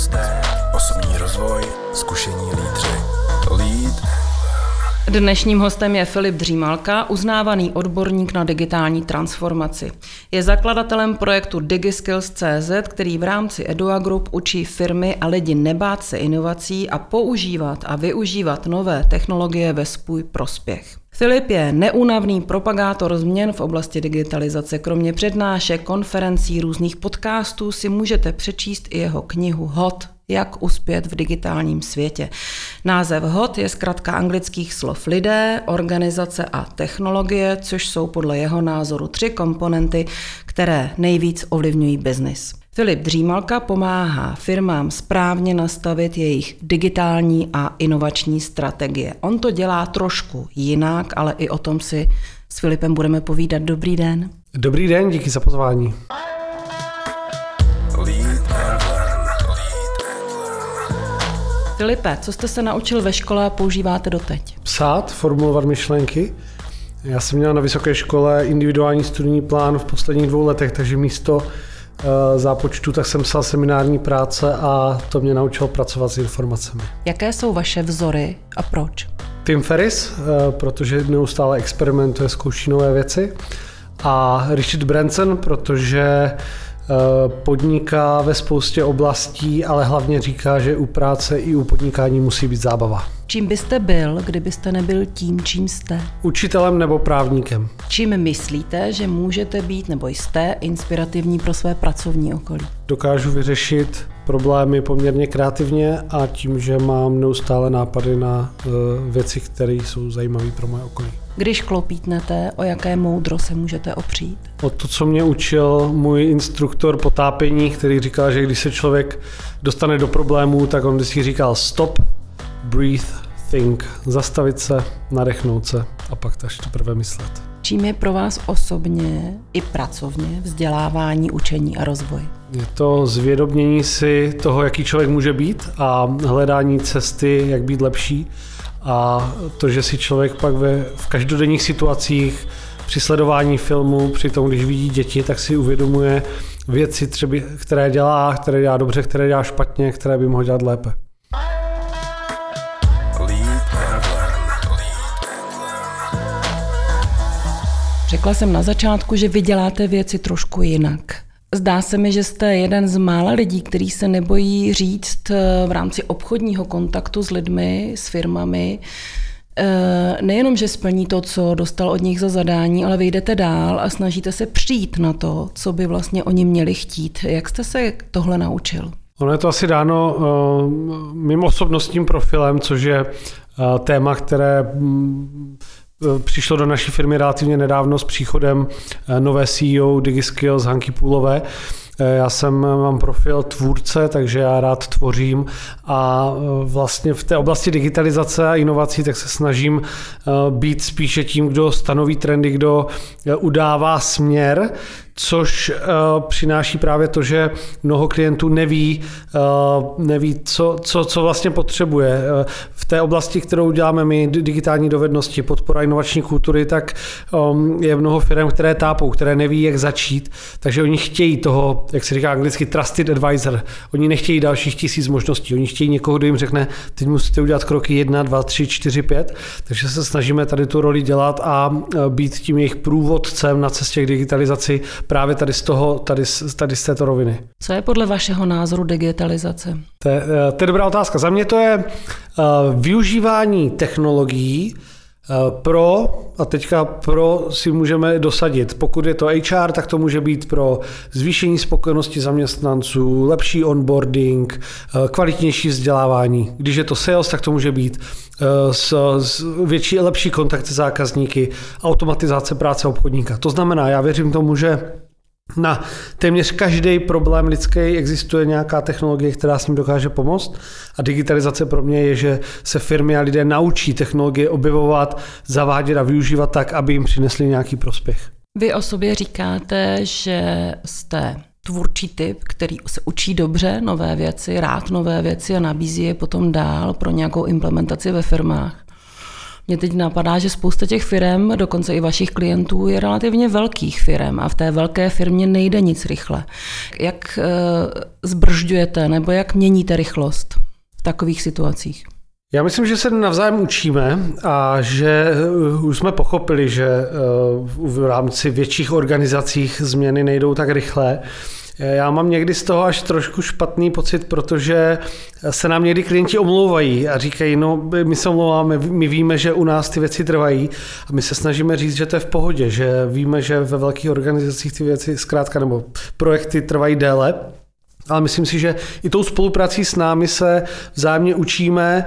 hosté, osobní rozvoj, zkušení lídři. Dnešním hostem je Filip Dřímalka, uznávaný odborník na digitální transformaci. Je zakladatelem projektu DigiSkills.cz, který v rámci Edua Group učí firmy a lidi nebát se inovací a používat a využívat nové technologie ve svůj prospěch. Filip je neúnavný propagátor změn v oblasti digitalizace. Kromě přednášek, konferencí, různých podcastů si můžete přečíst i jeho knihu Hot, jak uspět v digitálním světě. Název Hot je zkratka anglických slov lidé, organizace a technologie, což jsou podle jeho názoru 3 komponenty, které nejvíc ovlivňují biznis. Filip Dřímalka pomáhá firmám správně nastavit jejich digitální a inovační strategie. On to dělá trošku jinak, ale i o tom si s Filipem budeme povídat. Dobrý den. Dobrý den, díky za pozvání. Filipe, co jste se naučil ve škole a používáte doteď? Psát, formulovat myšlenky. Já jsem měl na vysoké škole individuální studijní plán v posledních 2 letech, takže místo zápočtu tak jsem psal seminární práce a to mě naučilo pracovat s informacemi. Jaké jsou vaše vzory a proč? Tim Ferriss, protože neustále experimentuje, zkouší nové věci, a Richard Branson, protože podniká ve spoustě oblastí, ale hlavně říká, že u práce i u podnikání musí být zábava. Čím byste byl, kdybyste nebyl tím, čím jste? Učitelem nebo právníkem. Čím myslíte, že můžete být nebo jste inspirativní pro své pracovní okolí? Dokážu vyřešit problémy poměrně kreativně a tím, že mám neustále nápady na věci, které jsou zajímavé pro moje okolí. Když klopítnete, o jaké moudro se můžete opřít? O to, co mě učil můj instruktor potápění, který říkal, že když se člověk dostane do problémů, tak on vždycky říkal stop, breathe, think. Zastavit se, nadechnout se a pak až teprve myslet. Čím je pro vás osobně i pracovně vzdělávání, učení a rozvoj? Je to zvědomění si toho, jaký člověk může být a hledání cesty, jak být lepší. A to, že si člověk pak v každodenních situacích, při sledování filmu, při tom, když vidí děti, tak si uvědomuje věci, třeba, které dělá dobře, které dělá špatně, které by mohl dělat lépe. Řekla jsem na začátku, že vy děláte věci trošku jinak. Zdá se mi, že jste jeden z mála lidí, který se nebojí říct v rámci obchodního kontaktu s lidmi, s firmami, nejenom, že splní to, co dostal od nich za zadání, ale vy jdete dál a snažíte se přijít na to, co by vlastně oni měli chtít. Jak jste se tohle naučil? Ono je to asi dáno mým osobnostním profilem, což je téma, které přišlo do naší firmy relativně nedávno s příchodem nové CEO DigiSkills Hanky Půlové. Já mám profil tvůrce, takže já rád tvořím a vlastně v té oblasti digitalizace a inovací tak se snažím být spíše tím, kdo stanoví trendy, kdo udává směr, což přináší právě to, že mnoho klientů neví co vlastně potřebuje. V té oblasti, kterou děláme my, digitální dovednosti, podpora inovační kultury, tak je mnoho firm, které tápou, které neví, jak začít, takže oni chtějí toho, jak se říká anglicky, trusted advisor. Oni nechtějí dalších 1000 možností, oni chtějí někoho, kdo jim řekne, teď musíte udělat kroky 1, 2, 3, 4, 5, takže se snažíme tady tu roli dělat a být tím jejich průvodcem na cestě k digitalizaci právě tady z této roviny. Co je podle vašeho názoru digitalizace? To je dobrá otázka. Za mě to je využívání technologií pro si můžeme dosadit. Pokud je to HR, tak to může být pro zvýšení spokojenosti zaměstnanců, lepší onboarding, kvalitnější vzdělávání. Když je to sales, tak to může být lepší kontakt se zákazníky, automatizace práce obchodníka. To znamená, já věřím tomu, že na téměř každý problém lidský existuje nějaká technologie, která s ním dokáže pomoct, a digitalizace pro mě je, že se firmy a lidé naučí technologie objevovat, zavádět a využívat tak, aby jim přinesli nějaký prospěch. Vy o sobě říkáte, že jste tvůrčí typ, který se učí dobře nové věci, rád nové věci a nabízí je potom dál pro nějakou implementaci ve firmách. Mě teď napadá, že spousta těch firem, dokonce i vašich klientů, je relativně velkých firem a v té velké firmě nejde nic rychle. Jak zbržďujete nebo jak měníte rychlost v takových situacích? Já myslím, že se navzájem učíme a že už jsme pochopili, že v rámci větších organizacích změny nejdou tak rychle. Já mám někdy z toho až trošku špatný pocit, protože se nám někdy klienti omlouvají a říkají, no my se omlouváme, my víme, že u nás ty věci trvají a my se snažíme říct, že to je v pohodě, že víme, že ve velkých organizacích ty věci zkrátka nebo projekty trvají déle. Ale myslím si, že i tou spoluprací s námi se vzájemně učíme,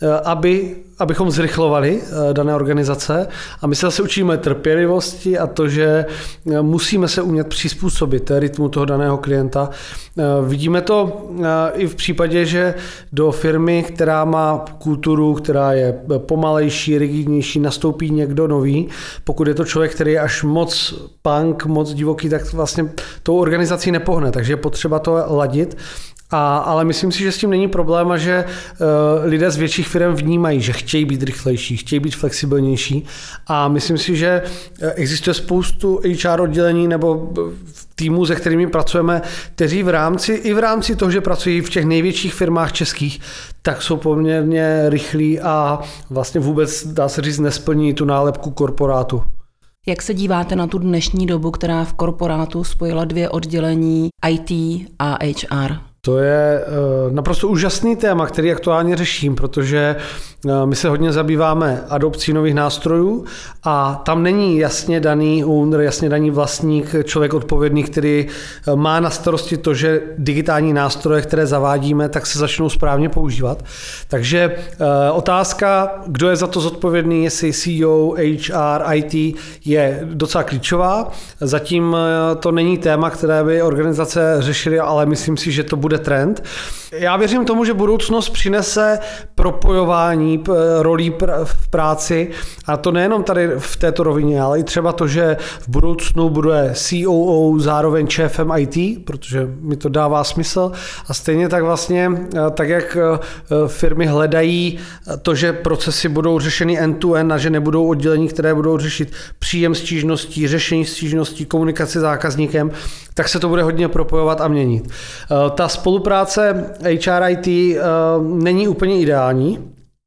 abychom zrychlovali dané organizace. A my se zase učíme trpělivosti a to, že musíme se umět přizpůsobit rytmu toho daného klienta. Vidíme to i v případě, že do firmy, která má kulturu, která je pomalejší, rigidnější, nastoupí někdo nový. Pokud je to člověk, který je až moc punk, moc divoký, tak vlastně tou organizací nepohne. Takže je potřeba to ladit. Ale myslím si, že s tím není problém a že lidé z větších firm vnímají, že chtějí být rychlejší, chtějí být flexibilnější a myslím si, že existuje spoustu HR oddělení nebo týmů, se kterými pracujeme, kteří v rámci toho, že pracují v těch největších firmách českých, tak jsou poměrně rychlí a vlastně vůbec, dá se říct, nesplní tu nálepku korporátu. Jak se díváte na tu dnešní dobu, která v korporátu spojila dvě oddělení IT a HR? To je naprosto úžasný téma, který aktuálně řeším, protože my se hodně zabýváme adopcí nových nástrojů a tam není jasně daný owner, jasně daný vlastník, člověk odpovědný, který má na starosti to, že digitální nástroje, které zavádíme, tak se začnou správně používat. Takže otázka, kdo je za to zodpovědný, jestli CEO, HR, IT, je docela klíčová. Zatím to není téma, které by organizace řešily, ale myslím si, že to bude trend. Já věřím tomu, že budoucnost přinese propojování rolí v práci a to nejenom tady v této rovině, ale i třeba to, že v budoucnu bude COO zároveň šéfem IT, protože mi to dává smysl a stejně tak vlastně, tak jak firmy hledají to, že procesy budou řešeny end-to-end a že nebudou oddělení, které budou řešit příjem stížností, řešení stížností, komunikaci s zákazníkem, tak se to bude hodně propojovat a měnit. Ta spolupráce HR IT není úplně ideální,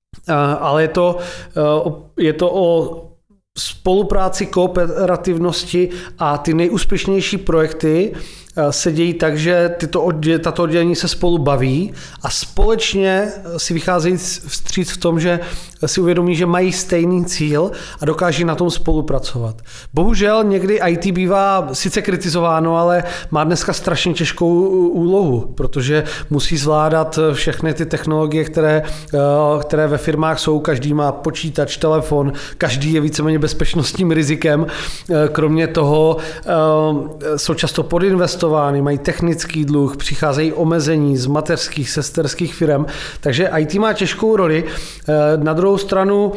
ale je to o spolupráci, kooperativnosti a ty nejúspěšnější projekty se dějí tak, že tato oddělení se spolu baví a společně si vycházejí vstříc v tom, že si uvědomí, že mají stejný cíl a dokáží na tom spolupracovat. Bohužel někdy IT bývá sice kritizováno, ale má dneska strašně těžkou úlohu, protože musí zvládat všechny ty technologie, které ve firmách jsou. Každý má počítač, telefon, každý je víceméně bezpečnostním rizikem. Kromě toho jsou často podinvestovány, mají technický dluh, přicházejí omezení z mateřských, sesterských firm, takže IT má těžkou roli. Na druhou stranu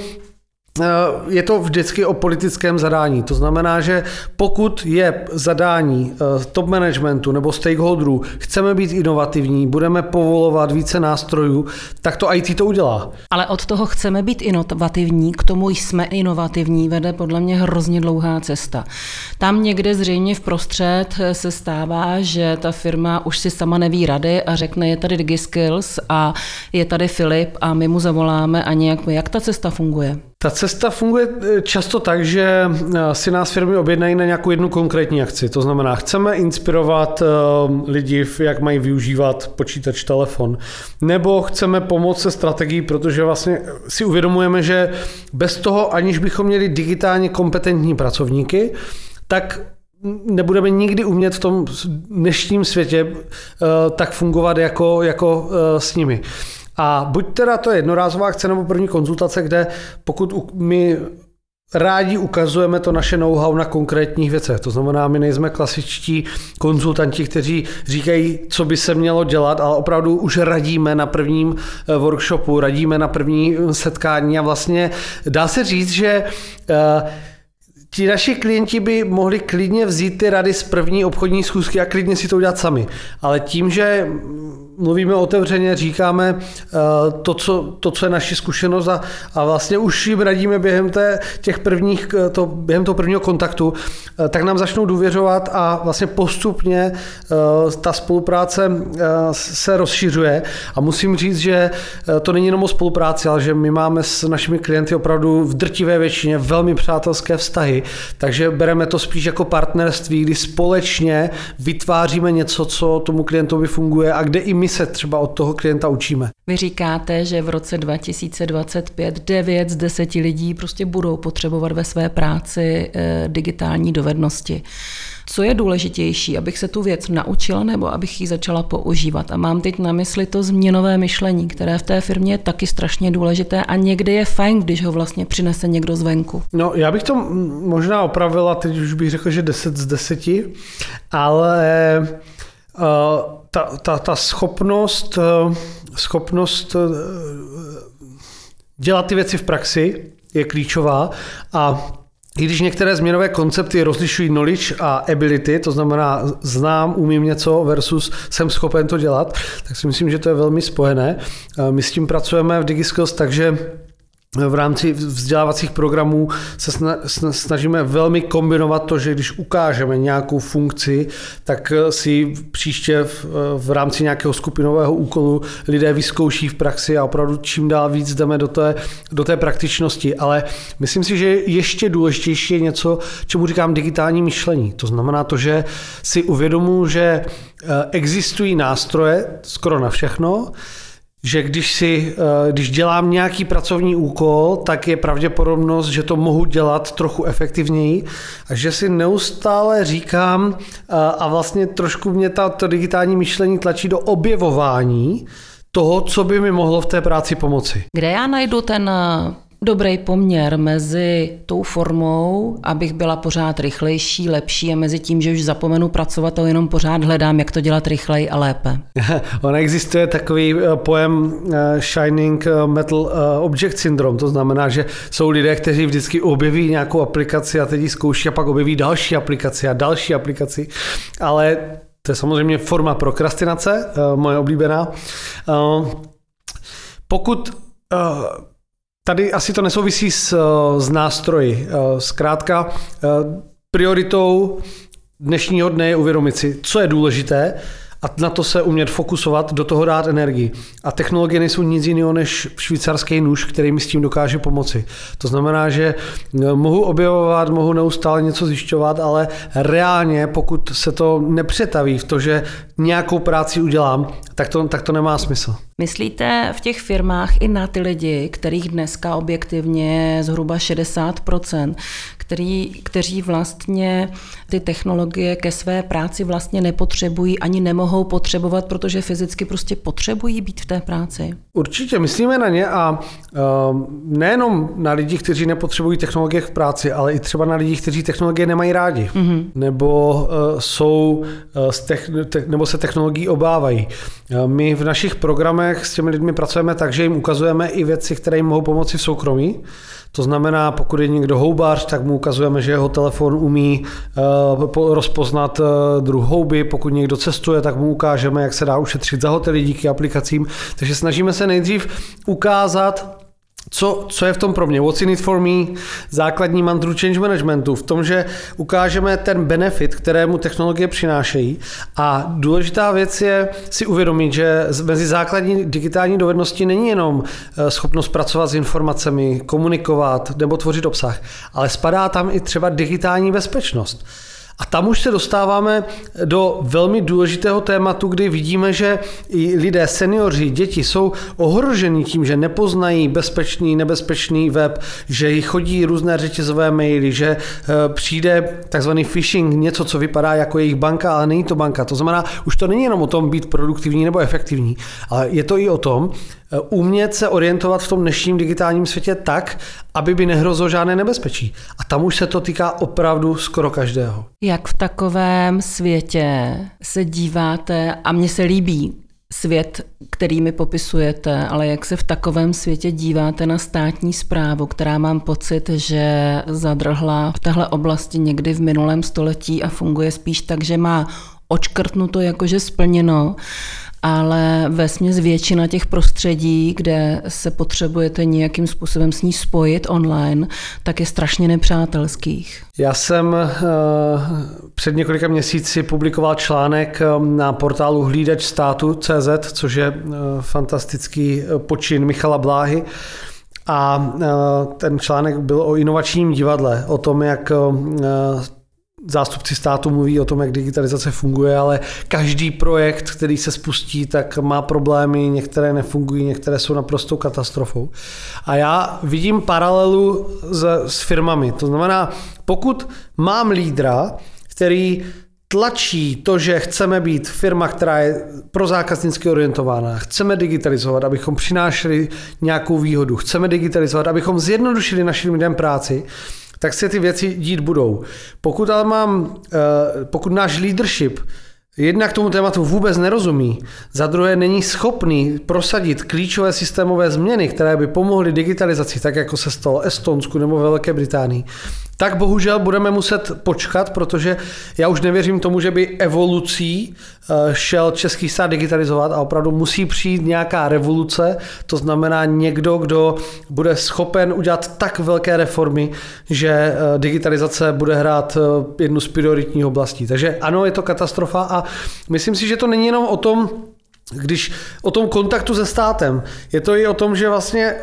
je to vždycky o politickém zadání. To znamená, že pokud je zadání top managementu nebo stakeholderů, chceme být inovativní, budeme povolovat více nástrojů, tak to IT to udělá. Ale od toho chceme být inovativní, k tomu jsme inovativní, vede podle mě hrozně dlouhá cesta. Tam někde zřejmě vprostřed se stává, že ta firma už si sama neví rady a řekne, je tady DigiSkills a je tady Filip a my mu zavoláme a nějak, jak ta cesta funguje? Ta cesta funguje často tak, že si nás firmy objednají na nějakou jednu konkrétní akci. To znamená, chceme inspirovat lidi, jak mají využívat počítač, telefon. Nebo chceme pomoct se strategií, protože vlastně si uvědomujeme, že bez toho, aniž bychom měli digitálně kompetentní pracovníky, tak nebudeme nikdy umět v tom dnešním světě tak fungovat jako s nimi. A buď teda to je jednorázová akce nebo první konzultace, kde pokud my rádi ukazujeme to naše know-how na konkrétních věcech. To znamená, my nejsme klasičtí konzultanti, kteří říkají, co by se mělo dělat, ale opravdu už radíme na prvním workshopu, radíme na první setkání a vlastně dá se říct, že ti naši klienti by mohli klidně vzít ty rady z první obchodní schůzky a klidně si to udělat sami. Ale tím, že mluvíme otevřeně, říkáme to, co je naše zkušenost a vlastně už jim radíme během toho prvního kontaktu, tak nám začnou důvěřovat a vlastně postupně ta spolupráce se rozšiřuje. A musím říct, že to není jenom o spolupráci, ale že my máme s našimi klienty opravdu v drtivé většině velmi přátelské vztahy, takže bereme to spíš jako partnerství, kdy společně vytváříme něco, co tomu klientovi funguje a kde i my se třeba od toho klienta učíme. Vy říkáte, že v roce 2025 9 z 10 lidí prostě budou potřebovat ve své práci digitální dovednosti. Co je důležitější, abych se tu věc naučila nebo abych ji začala používat? A mám teď na mysli to změnové myšlení, které v té firmě je taky strašně důležité a někdy je fajn, když ho vlastně přinese někdo zvenku. No, já bych to možná opravila, teď už bych řekl, že 10 z 10, ale ta schopnost dělat ty věci v praxi je klíčová a i když některé změnové koncepty rozlišují knowledge a ability, to znamená znám, umím něco versus jsem schopen to dělat, tak si myslím, že to je velmi spojené. My s tím pracujeme v DigiSkills, takže v rámci vzdělávacích programů se snažíme velmi kombinovat to, že když ukážeme nějakou funkci, tak si příště v rámci nějakého skupinového úkolu lidé vyzkouší v praxi a opravdu čím dál víc jdeme do té praktičnosti. Ale myslím si, že ještě důležitější je něco, čemu říkám digitální myšlení. To znamená to, že si uvědomuji, že existují nástroje skoro na všechno, že když dělám nějaký pracovní úkol, tak je pravděpodobnost, že to mohu dělat trochu efektivněji a že si neustále říkám a vlastně trošku mě to digitální myšlení tlačí do objevování toho, co by mi mohlo v té práci pomoci. Kde já najdu ten dobrý poměr mezi tou formou, abych byla pořád rychlejší, lepší a mezi tím, že už zapomenu pracovat a jenom pořád hledám, jak to dělat rychleji a lépe. On existuje takový pojem Shining Metal Object Syndrome, to znamená, že jsou lidé, kteří vždycky objeví nějakou aplikaci a teď ji zkouší a pak objeví další aplikaci a další aplikaci, ale to je samozřejmě forma prokrastinace, moje oblíbená. Pokud tady asi to nesouvisí s nástroji. Zkrátka prioritou dnešního dne je uvědomit si, co je důležité a na to se umět fokusovat, do toho dát energii. A technologie nejsou nic jiného než švýcarský nůž, který mi s tím dokáže pomoci. To znamená, že mohu objevovat, mohu neustále něco zjišťovat, ale reálně, pokud se to nepřetaví v to, že nějakou práci udělám, tak to nemá smysl. Myslíte v těch firmách i na ty lidi, kterých dneska objektivně je zhruba 60%, kteří vlastně ty technologie ke své práci vlastně nepotřebují ani nemohou potřebovat, protože fyzicky prostě potřebují být v té práci? Určitě, myslíme na ně a nejenom na lidi, kteří nepotřebují technologie v práci, ale i třeba na lidi, kteří technologie nemají rádi, nebo nebo se technologií obávají. My v našich programech s těmi lidmi pracujeme tak, že jim ukazujeme i věci, které jim mohou pomoci v soukromí. To znamená, pokud je někdo houbař, tak mu ukazujeme, že jeho telefon umí rozpoznat druh houby. Pokud někdo cestuje, tak mu ukážeme, jak se dá ušetřit za hotely díky aplikacím. Takže snažíme se nejdřív ukázat, co je v tom pro mě, what's in it for me, základní mantru change managementu, v tom, že ukážeme ten benefit, kterému technologie přinášejí. A důležitá věc je si uvědomit, že mezi základní digitální dovednosti není jenom schopnost pracovat s informacemi, komunikovat nebo tvořit obsah, ale spadá tam i třeba digitální bezpečnost. A tam už se dostáváme do velmi důležitého tématu, kdy vidíme, že i lidé, seniori, děti jsou ohroženi tím, že nepoznají bezpečný, nebezpečný web, že jich chodí různé řetězové maily, že přijde takzvaný phishing, něco, co vypadá jako jejich banka, ale není to banka. To znamená, už to není jenom o tom být produktivní nebo efektivní, ale je to i o tom, umět se orientovat v tom dnešním digitálním světě tak, aby by nehrozilo žádné nebezpečí. A tam už se to týká opravdu skoro každého. Jak v takovém světě se díváte, a mně se líbí, svět, který mi popisujete, ale jak se v takovém světě díváte na státní správu, která mám pocit, že zadrhla v téhle oblasti někdy v minulém století a funguje spíš tak, že má odškrtnuto jakože splněno, ale vesměs většina těch prostředí, kde se potřebujete nějakým způsobem s ní spojit online, tak je strašně nepřátelských. Já jsem před několika měsíci publikoval článek na portálu Hlídač státu.cz, což je fantastický počin Michala Bláhy. A ten článek byl o inovačním divadle, o tom, jak zástupci státu mluví o tom, jak digitalizace funguje, ale každý projekt, který se spustí, tak má problémy, některé nefungují, některé jsou naprostou katastrofou. A já vidím paralelu s firmami. To znamená, pokud mám lídra, který tlačí to, že chceme být firma, která je prozákaznicky orientována, chceme digitalizovat, abychom přinášeli nějakou výhodu, chceme digitalizovat, abychom zjednodušili našim lidem práci, tak se ty věci dít budou. Pokud náš leadership jednak tomu tématu vůbec nerozumí, za druhé není schopný prosadit klíčové systémové změny, které by pomohly digitalizaci, tak jako se stalo Estonsku nebo Velké Británii, tak bohužel budeme muset počkat, protože já už nevěřím tomu, že by evolucí šel český stát digitalizovat a opravdu musí přijít nějaká revoluce, to znamená někdo, kdo bude schopen udělat tak velké reformy, že digitalizace bude hrát jednu z prioritních oblastí. Takže ano, je to katastrofa a myslím si, že to není jenom o tom kontaktu se státem, je to i o tom, že vlastně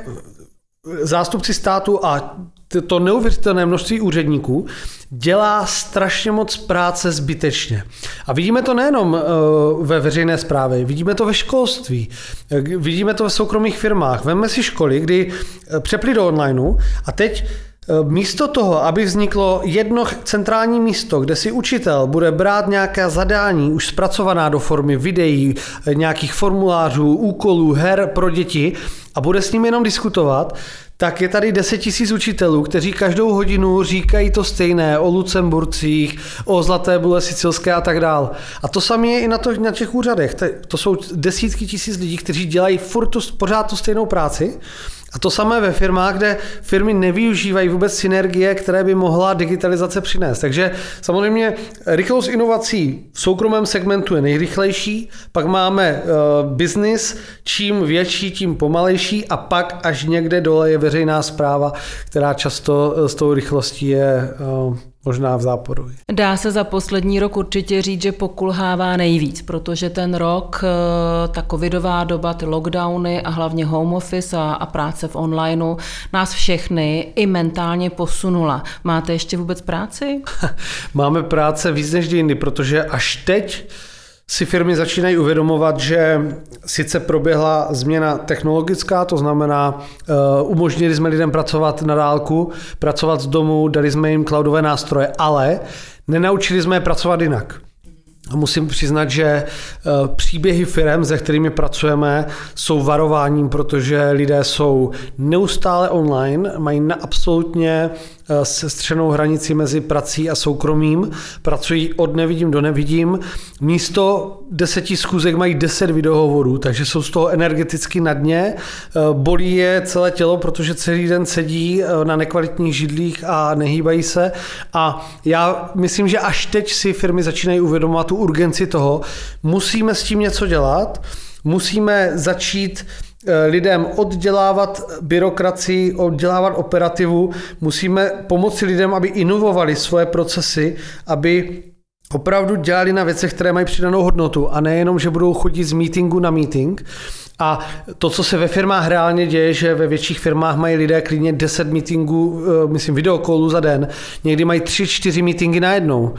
zástupci státu a to neuvěřitelné množství úředníků dělá strašně moc práce zbytečně. A vidíme to nejenom ve veřejné správě, vidíme to ve školství, vidíme to ve soukromých firmách. Vemme si školy, kdy přepli do onlineu a teď místo toho, aby vzniklo jedno centrální místo, kde si učitel bude brát nějaká zadání už zpracovaná do formy videí, nějakých formulářů, úkolů, her pro děti a bude s nimi jenom diskutovat, tak je tady 10 000 učitelů, kteří každou hodinu říkají to stejné o Lucemburcích, o Zlaté bule sicilské a tak dál. A to samé je i na těch úřadech. To jsou desítky tisíc lidí, kteří dělají pořád tu stejnou práci. A to samé ve firmách, kde firmy nevyužívají vůbec synergie, které by mohla digitalizace přinést. Takže samozřejmě rychlost inovací v soukromém segmentu je nejrychlejší, pak máme business, čím větší, tím pomalejší a pak až někde dole je veřejná správa, která často s tou rychlostí je možná v záporu. Dá se za poslední rok určitě říct, že pokulhává nejvíc, protože ten rok, ta covidová doba, ty lockdowny a hlavně home office a práce v onlineu nás všechny i mentálně posunula. Máte ještě vůbec práci? Máme práce víc než jindy, protože až teď si firmy začínají uvědomovat, že sice proběhla změna technologická, to znamená, umožnili jsme lidem pracovat na dálku, pracovat z domu, dali jsme jim cloudové nástroje, ale nenaučili jsme je pracovat jinak. A musím přiznat, že příběhy firem, se kterými pracujeme, jsou varováním, protože lidé jsou neustále online, mají na absolutně sestřenou hranici mezi prací a soukromím, pracují od nevidím do nevidím, místo 10 schůzek mají 10 videohovorů, takže jsou z toho energeticky na dně, bolí je celé tělo, protože celý den sedí na nekvalitních židlích a nehýbají se a já myslím, že až teď si firmy začínají uvědomovat tu urgenci toho, musíme s tím něco dělat, musíme začít lidem oddělávat byrokracii, oddělávat operativu, musíme pomoci lidem, aby inovovali svoje procesy, aby opravdu dělali na věcech, které mají přidanou hodnotu a nejenom, že budou chodit z meetingu na meeting. A to, co se ve firmách reálně děje, že ve větších firmách mají lidé klidně 10 meetingů, myslím videokolů za den, někdy mají 3-4 meetingy najednou.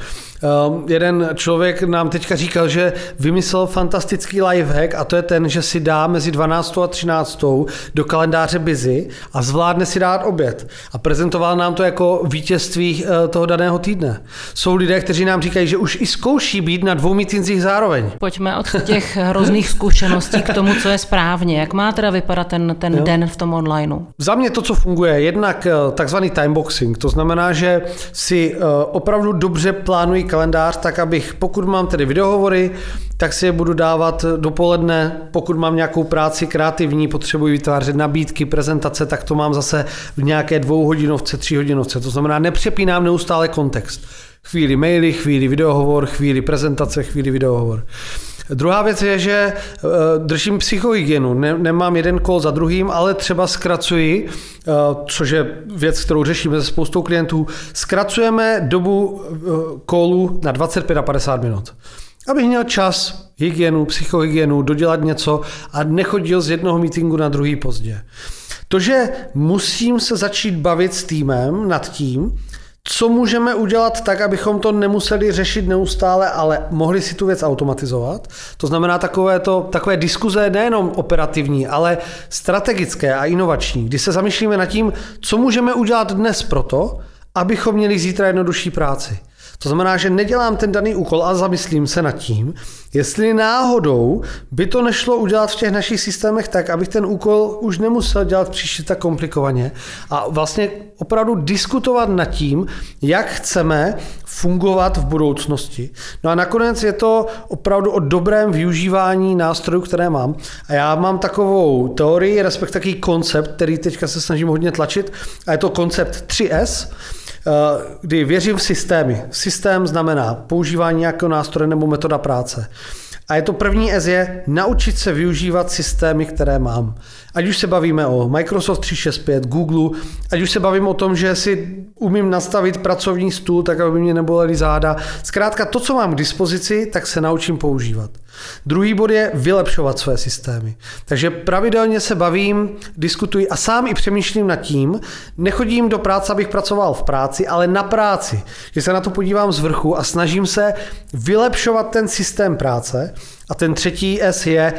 Jeden člověk nám teďka říkal, že vymyslel fantastický lifehack a to je ten, že si dá mezi 12. a 13. do kalendáře busy a zvládne si dát oběd. A prezentoval nám to jako vítězství toho daného týdne. Jsou lidé, kteří nám říkají, že už i zkouší být na 2 meetingsích zároveň. Pojďme od těch hrozných zkušeností k tomu, co je správně. Jak má teda vypadat ten den v tom onlineu? Za mě to, co funguje, jednak takzvaný timeboxing. To znamená, že si opravdu dobře plánují kalendář, tak abych, pokud mám tedy videohovory, tak si je budu dávat dopoledne, pokud mám nějakou práci kreativní, potřebuji vytvářet nabídky, prezentace, tak to mám zase v nějaké 2hodinovce, 3hodinovce. To znamená, nepřepínám neustále kontext. Chvíli maily, chvíli videohovor, chvíli prezentace, chvíli videohovor. Druhá věc je, že držím psychohygienu. Nemám jeden call za druhým, ale třeba zkracuji, což je věc, kterou řešíme se spoustou klientů, zkracujeme dobu callu na 25 a 50 minut. Abych měl čas, hygienu, psychohygienu, dodělat něco a nechodil z jednoho meetingu na druhý pozdě. To, že musím se začít bavit s týmem nad tím, co můžeme udělat tak, abychom to nemuseli řešit neustále, ale mohli si tu věc automatizovat. To znamená takové diskuze nejenom operativní, ale strategické a inovační, kdy se zamýšlíme nad tím, co můžeme udělat dnes proto, abychom měli zítra jednodušší práci. To znamená, že nedělám ten daný úkol a zamyslím se nad tím, jestli náhodou by to nešlo udělat v těch našich systémech tak, abych ten úkol už nemusel dělat příště tak komplikovaně a vlastně opravdu diskutovat nad tím, jak chceme fungovat v budoucnosti. No a nakonec je to opravdu o dobrém využívání nástrojů, které mám. A já mám takovou teorii, respektive takový koncept, který teďka se snažím hodně tlačit, a je to koncept 3S, kdy věřím v systémy. Systém znamená používání nějakého nástroje nebo metoda práce. A je to první S je naučit se využívat systémy, které mám. Ať už se bavíme o Microsoft 365, Google, ať už se bavím o tom, že si umím nastavit pracovní stůl, tak aby mě nebolely záda. Zkrátka to, co mám k dispozici, tak se naučím používat. Druhý bod je vylepšovat své systémy. Takže pravidelně se bavím, diskutuji a sám i přemýšlím nad tím, nechodím do práce, abych pracoval v práci, ale na práci. Že se na to podívám z vrchu a snažím se vylepšovat ten systém práce. A ten třetí S je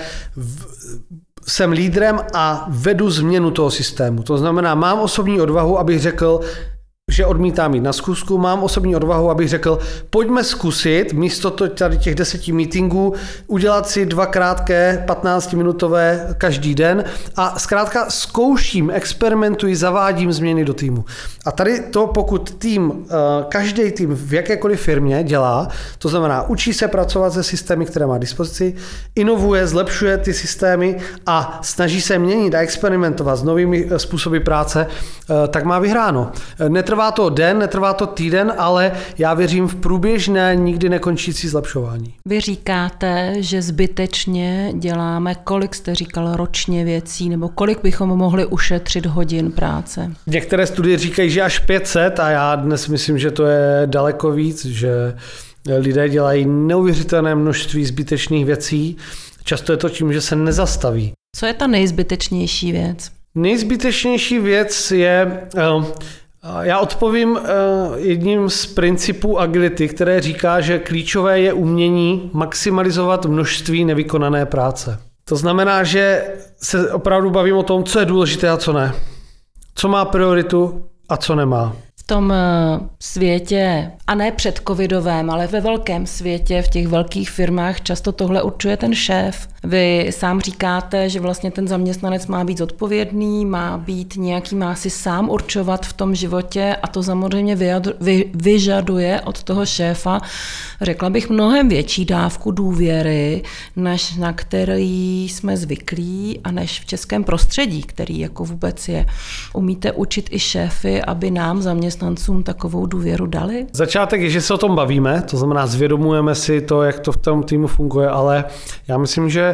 jsem lídrem a vedu změnu toho systému. To znamená, mám osobní odvahu, abych řekl, že odmítám jít na schůzku, mám osobní odvahu, abych řekl, pojďme zkusit místo tady těch 10 meetingů udělat si 2 krátké 15-minutové každý den a zkrátka zkouším, experimentuji, zavádím změny do týmu. A tady to, pokud každý tým v jakékoliv firmě dělá, to znamená, učí se pracovat se systémy, které má dispozici, inovuje, zlepšuje ty systémy a snaží se měnit a experimentovat s novými způsoby práce, tak má vyhráno. Netrvá to den, netrvá to týden, ale já věřím v průběžné, nikdy nekončící zlepšování. Vy říkáte, že zbytečně děláme, kolik jste říkal ročně věcí, nebo kolik bychom mohli ušetřit hodin práce? Některé studie říkají, že až 500 a já dnes myslím, že to je daleko víc, že lidé dělají neuvěřitelné množství zbytečných věcí. Často je to tím, že se nezastaví. Co je ta nejzbytečnější věc? Nejzbytečnější věc je... Já odpovím jedním z principů agility, které říká, že klíčové je umění maximalizovat množství nevykonané práce. To znamená, že se opravdu bavím o tom, co je důležité a co ne. Co má prioritu a co nemá. V tom světě, a ne předcovidovém, ale ve velkém světě, v těch velkých firmách často tohle určuje ten šéf. Vy sám říkáte, že vlastně ten zaměstnanec má být zodpovědný, má si sám určovat v tom životě a to samozřejmě vyžaduje od toho šéfa, řekla bych, mnohem větší dávku důvěry, než na který jsme zvyklí a než v českém prostředí, který jako vůbec je. Umíte učit i šéfy, aby nám zaměstnancům takovou důvěru dali? Začátek je, že se o tom bavíme, to znamená zvědomujeme si to, jak to v tom týmu funguje, ale já myslím, že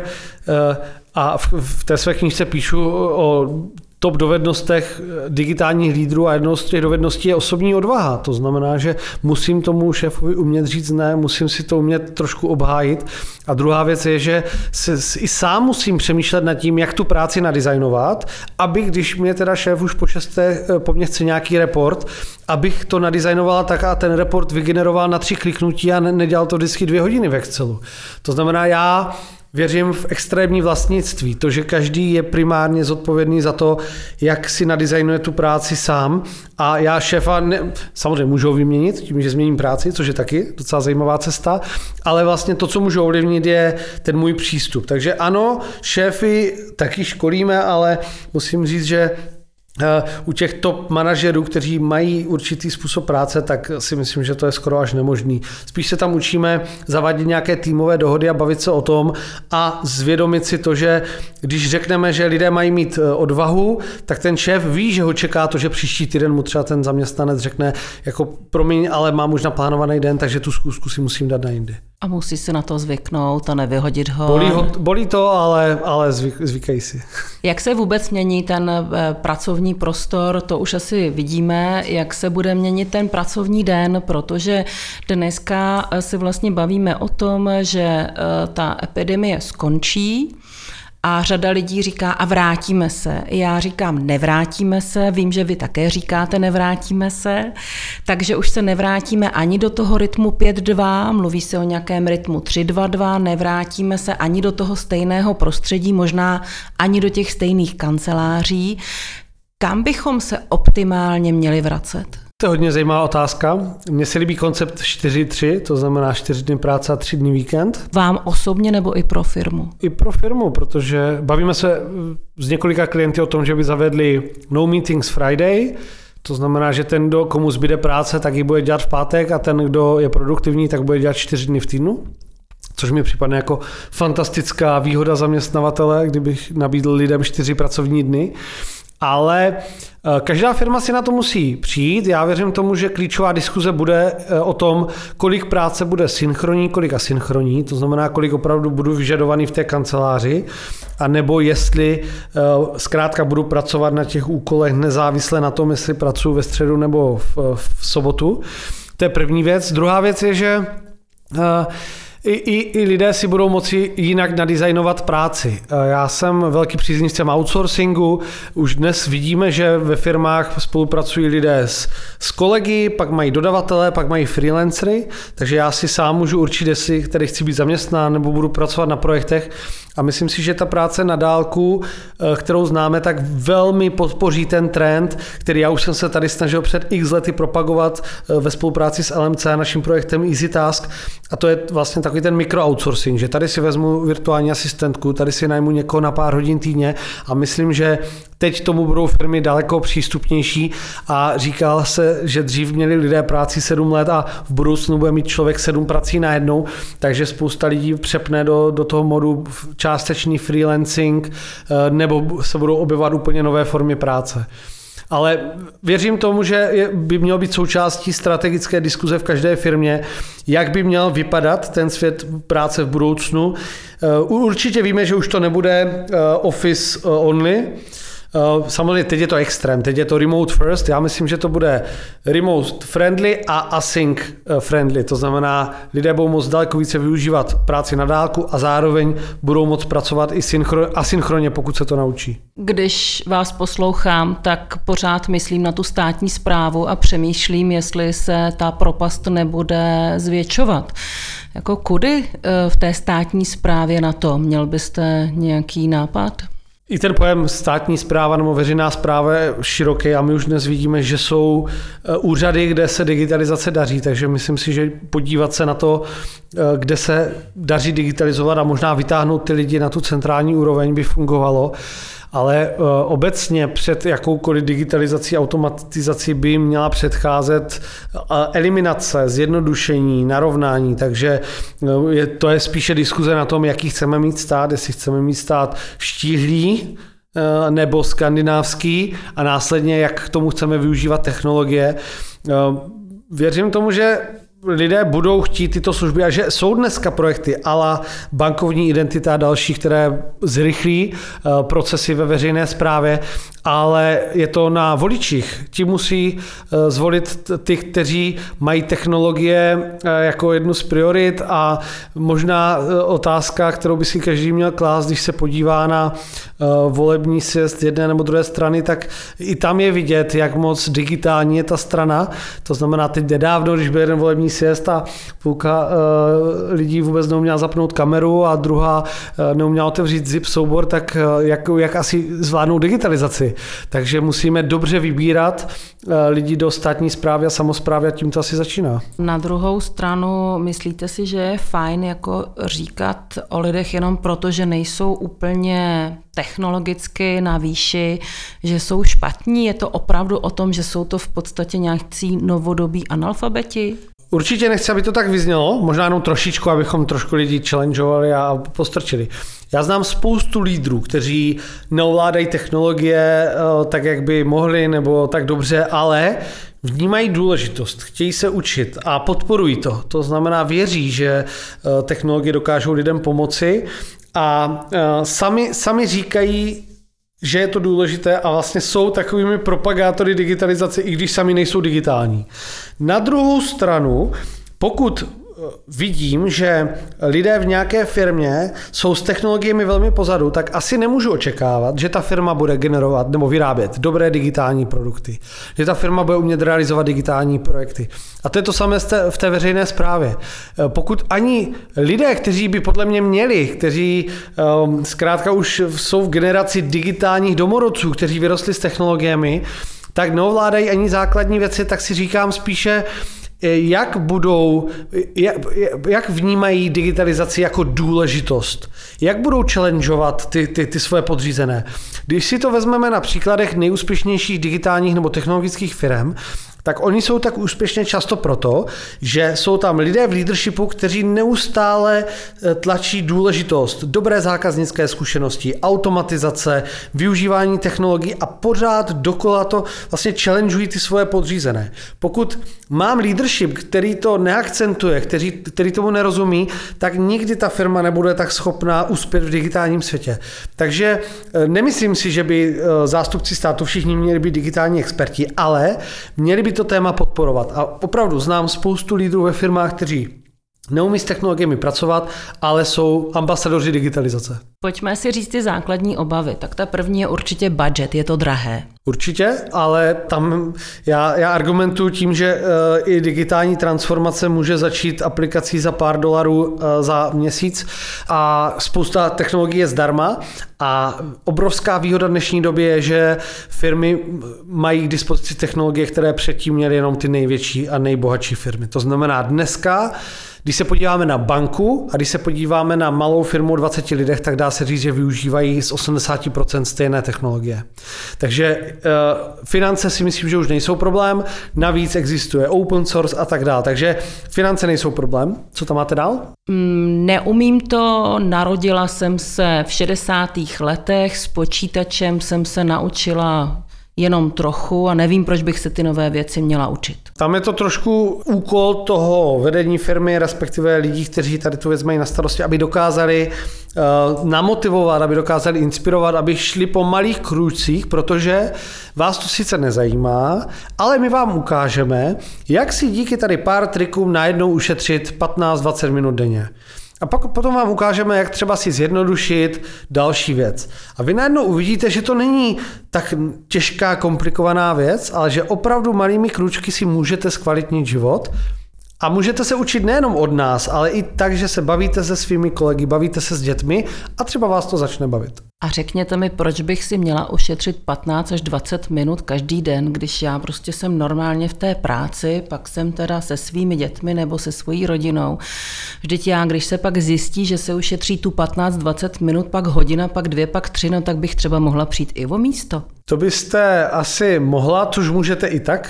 a v té své knížce píšu o top dovednostech digitálních lídrů a jednou z těch dovedností je osobní odvaha. To znamená, že musím tomu šéfovi umět říct ne, musím si to umět trošku obhájit. A druhá věc je, že i sám musím přemýšlet nad tím, jak tu práci nadizajnovat, aby když mě teda šéf už po mně chce nějaký report, abych to nadizajnoval tak a ten report vygeneroval na 3 kliknutí a nedělal to vždycky 2 hodiny v Excelu. To znamená, já věřím v extrémní vlastnictví, to, že každý je primárně zodpovědný za to, jak si nadizajnuje tu práci sám a já šéfa samozřejmě můžu ho vyměnit tím, že změním práci, což je taky docela zajímavá cesta, ale vlastně to, co můžu ovlivnit, je ten můj přístup. Takže ano, šéfy taky školíme, ale musím říct, že u těch top manažerů, kteří mají určitý způsob práce, tak si myslím, že to je skoro až nemožný. Spíš se tam učíme zavádět nějaké týmové dohody a bavit se o tom a zvědomit si to, že když řekneme, že lidé mají mít odvahu, tak ten šéf ví, že ho čeká to, že příští týden mu třeba ten zaměstnanec řekne, jako promiň, ale mám už naplánovaný den, takže tu zkusku si musím dát na jindy. A musí se na to zvyknout a nevyhodit ho. Bolí to, ale zvykají si. Jak se vůbec mění ten pracovní prostor, to už asi vidíme, jak se bude měnit ten pracovní den, protože dneska si vlastně bavíme o tom, že ta epidemie skončí, a řada lidí říká a vrátíme se. Já říkám nevrátíme se, vím, že vy také říkáte nevrátíme se, takže už se nevrátíme ani do toho rytmu 5-2, mluví se o nějakém rytmu 3-2-2, nevrátíme se ani do toho stejného prostředí, možná ani do těch stejných kanceláří. Kam bychom se optimálně měli vracet? To je hodně zajímavá otázka. Mně se líbí koncept 4-3, to znamená 4 dny práce a 3 dny víkend. Vám osobně nebo i pro firmu? I pro firmu, protože bavíme se s několika klienty o tom, že by zavedli no meetings Friday, to znamená, že ten, kdo komu zbyde práce, tak ji bude dělat v pátek a ten, kdo je produktivní, tak bude dělat 4 dny v týdnu. Což mi připadne jako fantastická výhoda zaměstnavatele, kdybych nabídl lidem 4 pracovní dny. Ale každá firma si na to musí přijít. Já věřím tomu, že klíčová diskuze bude o tom, kolik práce bude synchronní, kolik asynchronní, to znamená, kolik opravdu budu vyžadovaný v té kanceláři, a nebo jestli zkrátka budu pracovat na těch úkolech nezávisle na tom, jestli pracuji ve středu nebo v sobotu. To je první věc. Druhá věc je, že I lidé si budou moci jinak nadizajnovat práci. Já jsem velký příznivcem outsourcingu. Už dnes vidíme, že ve firmách spolupracují lidé s kolegy, pak mají dodavatele, pak mají freelancery, takže já si sám můžu určit, jestli který chci být zaměstnán nebo budu pracovat na projektech. A myslím si, že ta práce na dálku, kterou známe, tak velmi podpoří ten trend, který já už jsem se tady snažil před x lety propagovat ve spolupráci s LMC, naším projektem EasyTask. A to je vlastně takový ten mikro-outsourcing, že tady si vezmu virtuální asistentku, tady si najmu někoho na pár hodin týdně a myslím, že teď tomu budou firmy daleko přístupnější a říkal se, že dřív měli lidé práci 7 let a v budoucnu bude mít člověk 7 prací najednou, takže spousta lidí přepne do toho modu částečný freelancing nebo se budou objevovat úplně nové formy práce. Ale věřím tomu, že by mělo být součástí strategické diskuze v každé firmě, jak by měl vypadat ten svět práce v budoucnu. Určitě víme, že už to nebude office only. Samozřejmě teď je to extrém, teď je to remote first, já myslím, že to bude remote friendly a async friendly, to znamená, lidé budou moct daleko více využívat práci na dálku a zároveň budou moct pracovat i asynchronně, pokud se to naučí. Když vás poslouchám, tak pořád myslím na tu státní správu a přemýšlím, jestli se ta propast nebude zvětšovat. Jako kudy v té státní správě na to? Měl byste nějaký nápad? I ten pojem státní správa nebo veřejná správa je široký a my už dnes vidíme, že jsou úřady, kde se digitalizace daří, takže myslím si, že podívat se na to, kde se daří digitalizovat a možná vytáhnout ty lidi na tu centrální úroveň by fungovalo. Ale obecně před jakoukoliv digitalizací, automatizací by měla předcházet eliminace, zjednodušení, narovnání, takže to je spíše diskuze na tom, jaký chceme mít stát, jestli chceme mít stát štíhlý nebo skandinávský a následně jak k tomu chceme využívat technologie. Věřím tomu, že lidé budou chtít tyto služby a že jsou dneska projekty ala bankovní identita a další, které zrychlí procesy ve veřejné správě, ale je to na voličích. Ti musí zvolit ty, kteří mají technologie jako jednu z priorit a možná otázka, kterou by si každý měl klást, když se podívá na volební sjezd jedné nebo druhé strany, tak i tam je vidět, jak moc digitální je ta strana. To znamená, teď nedávno, když byl jeden volební sjezd a půlka lidí vůbec neuměla zapnout kameru a druhá neuměla otevřít zip soubor, tak jak asi zvládnou digitalizaci. Takže musíme dobře vybírat lidi do státní správy a samosprávy a tím to asi začíná. Na druhou stranu, myslíte si, že je fajn jako říkat o lidech jenom proto, že nejsou úplně technologicky na výši, že jsou špatní? Je to opravdu o tom, že jsou to v podstatě nějakí novodobí analfabeti? Určitě nechci, aby to tak vyznělo, možná jenom trošičku, abychom trošku lidi challengeovali a postrčili. Já znám spoustu lídrů, kteří neovládají technologie tak, jak by mohli, nebo tak dobře, ale vnímají důležitost, chtějí se učit a podporují to. To znamená, věří, že technologie dokážou lidem pomoci a sami říkají, že je to důležité a vlastně jsou takovými propagátory digitalizace, i když sami nejsou digitální. Na druhou stranu, pokud vidím, že lidé v nějaké firmě jsou s technologiemi velmi pozadu, tak asi nemůžu očekávat, že ta firma bude generovat nebo vyrábět dobré digitální produkty. Že ta firma bude umět realizovat digitální projekty. A to je to samé v té veřejné správě. Pokud ani lidé, kteří by podle mě měli, kteří zkrátka už jsou v generaci digitálních domorodců, kteří vyrostli s technologiemi, tak neovládají ani základní věci, tak si říkám spíše, jak vnímají digitalizaci jako důležitost, jak budou challengeovat ty svoje podřízené. Když si to vezmeme na příkladech nejúspěšnějších digitálních nebo technologických firm, tak oni jsou tak úspěšně často proto, že jsou tam lidé v leadershipu, kteří neustále tlačí důležitost, dobré zákaznické zkušenosti, automatizace, využívání technologií a pořád dokola to vlastně challengeují ty svoje podřízené. Pokud mám leadership, který to neakcentuje, který tomu nerozumí, tak nikdy ta firma nebude tak schopná uspět v digitálním světě. Takže nemyslím si, že by zástupci státu všichni měli být digitální experti, ale měli by to téma podporovat. A opravdu znám spoustu lídrů ve firmách, kteří neumí s technologiemi pracovat, ale jsou ambasadoři digitalizace. Pojďme si říct ty základní obavy. Tak ta první je určitě budget, je to drahé. Určitě, ale tam já argumentuji tím, že i digitální transformace může začít aplikací za pár dolarů za měsíc a spousta technologií je zdarma a obrovská výhoda dnešní době je, že firmy mají k dispozici technologie, které předtím měly jenom ty největší a nejbohatší firmy. To znamená dneska, když se podíváme na banku a když se podíváme na malou firmu o 20 lidech, tak dá se říct, že využívají z 80% stejné technologie. Takže finance si myslím, že už nejsou problém, navíc existuje open source a tak dále. Takže finance nejsou problém. Co tam máte dál? Neumím to, narodila jsem se v 60. letech, s počítačem jsem se naučila jenom trochu a nevím, proč bych se ty nové věci měla učit. Tam je to trošku úkol toho vedení firmy, respektive lidí, kteří tady tu věc mají na starosti, aby dokázali namotivovat, aby dokázali inspirovat, aby šli po malých krůčcích, protože vás to sice nezajímá, ale my vám ukážeme, jak si díky tady pár trikům najednou ušetřit 15-20 minut denně. A pak potom vám ukážeme, jak třeba si zjednodušit další věc. A vy najednou uvidíte, že to není tak těžká, komplikovaná věc, ale že opravdu malými krůčky si můžete zkvalitnit život. A můžete se učit nejenom od nás, ale i tak, že se bavíte se svými kolegy, bavíte se s dětmi a třeba vás to začne bavit. A řekněte mi, proč bych si měla ušetřit 15 až 20 minut každý den, když já prostě jsem normálně v té práci, pak jsem teda se svými dětmi nebo se svojí rodinou. Vždyť já, když se pak zjistí, že se ušetří tu 15-20 minut, pak hodina, pak 2, pak 3, no tak bych třeba mohla přijít i o místo. To byste asi mohla, což můžete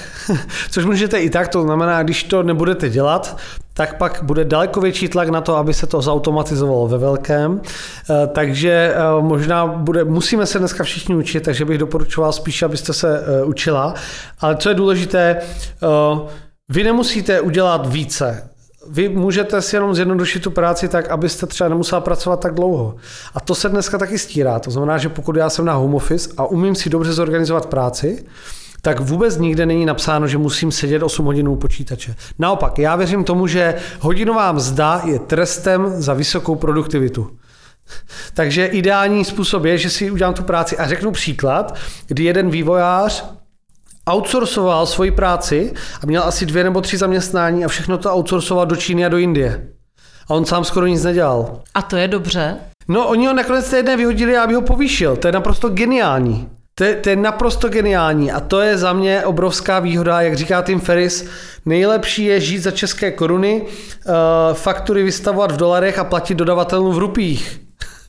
i tak, to znamená, když to nebudete dělat, tak pak bude daleko větší tlak na to, aby se to zautomatizovalo ve velkém. Takže možná musíme se dneska všichni učit, takže bych doporučoval spíš, abyste se učila. Ale co je důležité, vy nemusíte udělat více. Vy můžete si jenom zjednodušit tu práci tak, abyste třeba nemusela pracovat tak dlouho. A to se dneska taky stírá. To znamená, že pokud já jsem na home office a umím si dobře zorganizovat práci, tak vůbec nikde není napsáno, že musím sedět 8 hodin u počítače. Naopak, já věřím tomu, že hodinová mzda je trestem za vysokou produktivitu. Takže ideální způsob je, že si udělám tu práci a řeknu příklad, kdy jeden vývojář outsourcoval svoji práci a měl asi 2 nebo 3 zaměstnání a všechno to outsourcoval do Číny a do Indie. A on sám skoro nic nedělal. A to je dobře? No, oni ho nakonec té jedné vyhodili a aby ho povýšil. To je naprosto geniální. To je naprosto geniální a to je za mě obrovská výhoda, jak říká Tim Ferriss, nejlepší je žít za české koruny, faktury vystavovat v dolarech a platit dodavatelům v rupiích.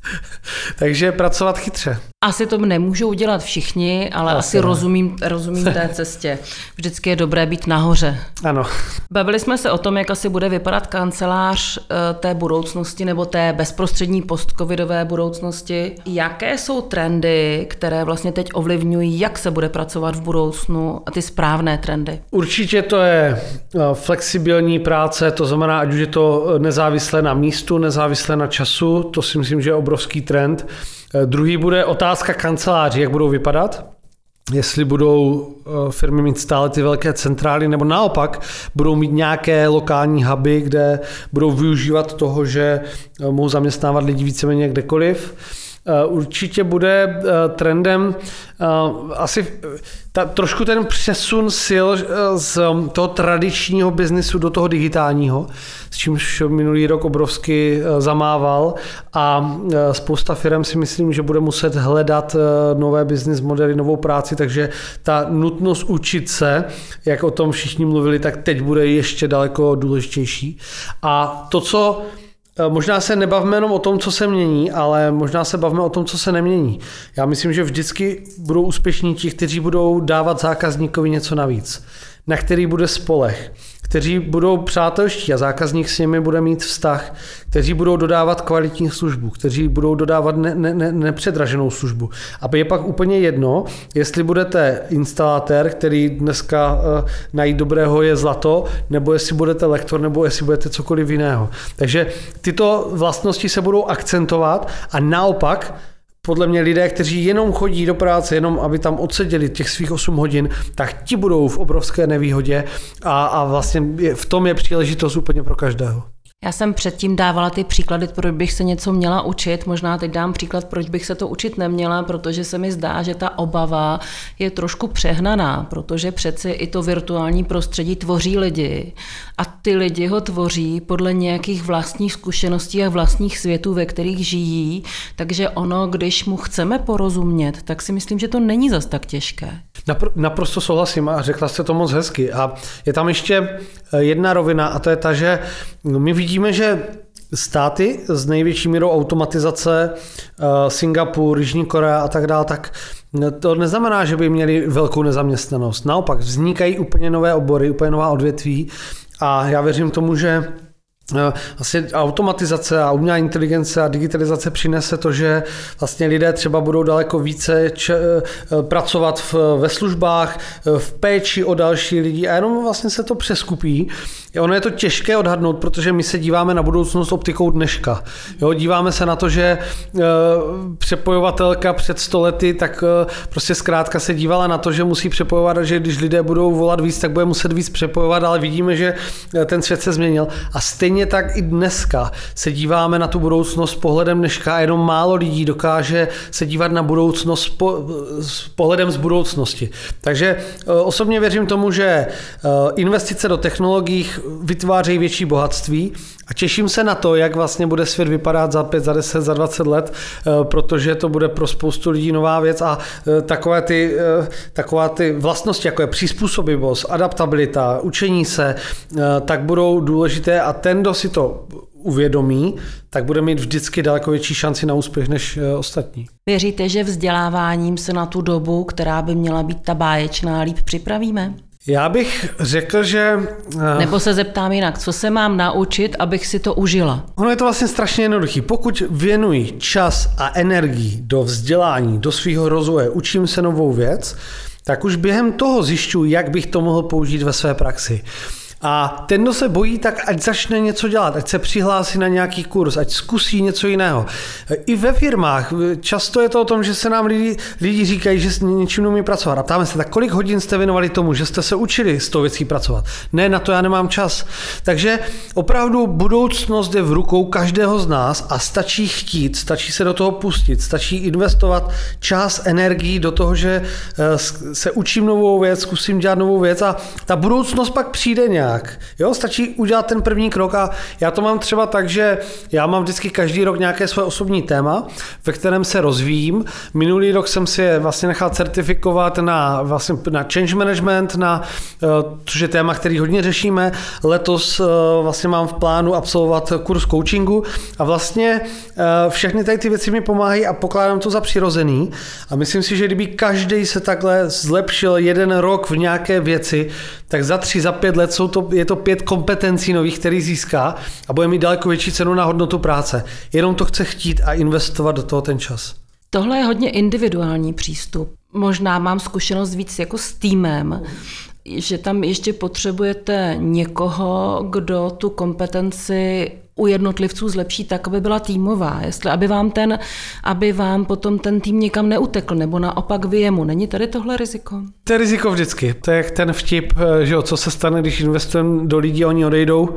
Takže pracovat chytře. Asi to nemůžou dělat všichni, ale asi rozumím té cestě. Vždycky je dobré být nahoře. Ano. Bavili jsme se o tom, jak asi bude vypadat kancelář té budoucnosti nebo té bezprostřední postcovidové budoucnosti. Jaké jsou trendy, které vlastně teď ovlivňují, jak se bude pracovat v budoucnu a ty správné trendy? Určitě to je flexibilní práce, to znamená, ať už je to nezávislé na místu, nezávislé na času, to si myslím, že je obrovský trend. Druhý bude otázka kanceláří, jak budou vypadat. Jestli budou firmy mít stále ty velké centrály, nebo naopak budou mít nějaké lokální huby, kde budou využívat toho, že mohou zaměstnávat lidi víceméně kdekoliv. Určitě bude trendem asi trošku ten přesun sil z toho tradičního biznisu do toho digitálního, s čímž minulý rok obrovsky zamával a spousta firm si myslím, že bude muset hledat nové business modely, novou práci, takže ta nutnost učit se, jak o tom všichni mluvili, tak teď bude ještě daleko důležitější. A to, co možná se nebavíme jenom o tom, co se mění, ale možná se bavíme o tom, co se nemění. Já myslím, že vždycky budou úspěšní ti, kteří budou dávat zákazníkovi něco navíc, na který bude spoleh, kteří budou přátelští a zákazník s nimi bude mít vztah, kteří budou dodávat kvalitní službu, kteří budou dodávat nepředraženou službu. A je pak úplně jedno, jestli budete instalatér, který dneska najít dobrého je zlato, nebo jestli budete lektor, nebo jestli budete cokoliv jiného. Takže tyto vlastnosti se budou akcentovat a naopak podle mě lidé, kteří jenom chodí do práce, jenom aby tam odseděli těch svých 8 hodin, tak ti budou v obrovské nevýhodě a vlastně v tom je příležitost úplně pro každého. Já jsem předtím dávala ty příklady, proč bych se něco měla učit. Možná teď dám příklad, proč bych se to učit neměla, protože se mi zdá, že ta obava je trošku přehnaná, protože přeci i to virtuální prostředí tvoří lidi a ty lidi ho tvoří podle nějakých vlastních zkušeností a vlastních světů, ve kterých žijí, takže ono, když mu chceme porozumět, tak si myslím, že to není zas tak těžké. Naprosto souhlasím a řekla jste to moc hezky. A je tam ještě jedna rovina a to je ta, že my vidíme, že státy s největší mírou automatizace, Singapur, Jižní Korea a tak dále, tak to neznamená, že by měli velkou nezaměstnanost. Naopak vznikají úplně nové obory, úplně nová odvětví a já věřím tomu, že vlastně automatizace a umělá inteligence a digitalizace přinese to, že vlastně lidé třeba budou daleko více pracovat ve službách, v péči o další lidi a jenom vlastně se to přeskupí. Ono je to těžké odhadnout, protože my se díváme na budoucnost optikou dneška. Jo, díváme se na to, že přepojovatelka před 100 lety, tak prostě zkrátka se dívala na to, že musí přepojovat a že když lidé budou volat víc, tak bude muset víc přepojovat, ale vidíme, že ten svět se změnil. A stejně tak i dneska se díváme na tu budoucnost pohledem dneška a jenom málo lidí dokáže se dívat na budoucnost s pohledem z budoucnosti. Takže osobně věřím tomu, že investice do technologií vytvářejí větší bohatství a těším se na to, jak vlastně bude svět vypadat za 5, za 10, za 20 let, protože to bude pro spoustu lidí nová věc a takové ty vlastnosti, jako je přizpůsobivost, adaptabilita, učení se, tak budou důležité a ten, kdo si to uvědomí, tak bude mít vždycky daleko větší šanci na úspěch než ostatní. Věříte, že vzděláváním se na tu dobu, která by měla být ta báječná, líp připravíme? Já bych řekl, že... Nebo se zeptám jinak, co se mám naučit, abych si to užila? Ono je to vlastně strašně jednoduché. Pokud věnuji čas a energii do vzdělání, do svého rozvoje, učím se novou věc, tak už během toho zjišťuji, jak bych to mohl použít ve své praxi. A ten, kdo se bojí, tak ať začne něco dělat, ať se přihlásí na nějaký kurz, ať zkusí něco jiného. I ve firmách často je to o tom, že se nám lidi říkají, že s něčím neumí pracovat. A ptáme se, tak kolik hodin jste věnovali tomu, že jste se učili s tou věcí pracovat? Ne, na to já nemám čas. Takže opravdu budoucnost je v rukou každého z nás a stačí chtít, stačí se do toho pustit, stačí investovat čas, energii do toho, že se učím novou věc, zkusím dělat novou věc a ta budoucnost pak přijde nějak. Jo? Stačí udělat ten první krok a já to mám třeba tak, že já mám vždycky každý rok nějaké své osobní téma, ve kterém se rozvíjím. Minulý rok jsem si je vlastně nechal certifikovat na change management, což je téma, který hodně řešíme. Letos vlastně mám v plánu absolvovat kurz coachingu a vlastně všechny tady ty věci mi pomáhají a pokládám to za přirozený. A myslím si, že kdyby každý se takhle zlepšil jeden rok v nějaké věci, tak za 3, za 5 let je to 5 kompetencí nových, který získá a bude mít daleko větší cenu na hodnotu práce. Jenom to chce chtít a investovat do toho ten čas. Tohle je hodně individuální přístup. Možná mám zkušenost víc jako s týmem, že tam ještě potřebujete někoho, kdo tu kompetenci u jednotlivců zlepší tak, aby byla týmová, aby vám potom ten tým někam neutekl, nebo naopak vy jemu. Není tady tohle riziko? To je riziko vždycky. To je jak ten vtip, že co se stane, když investujeme do lidí, oni odejdou.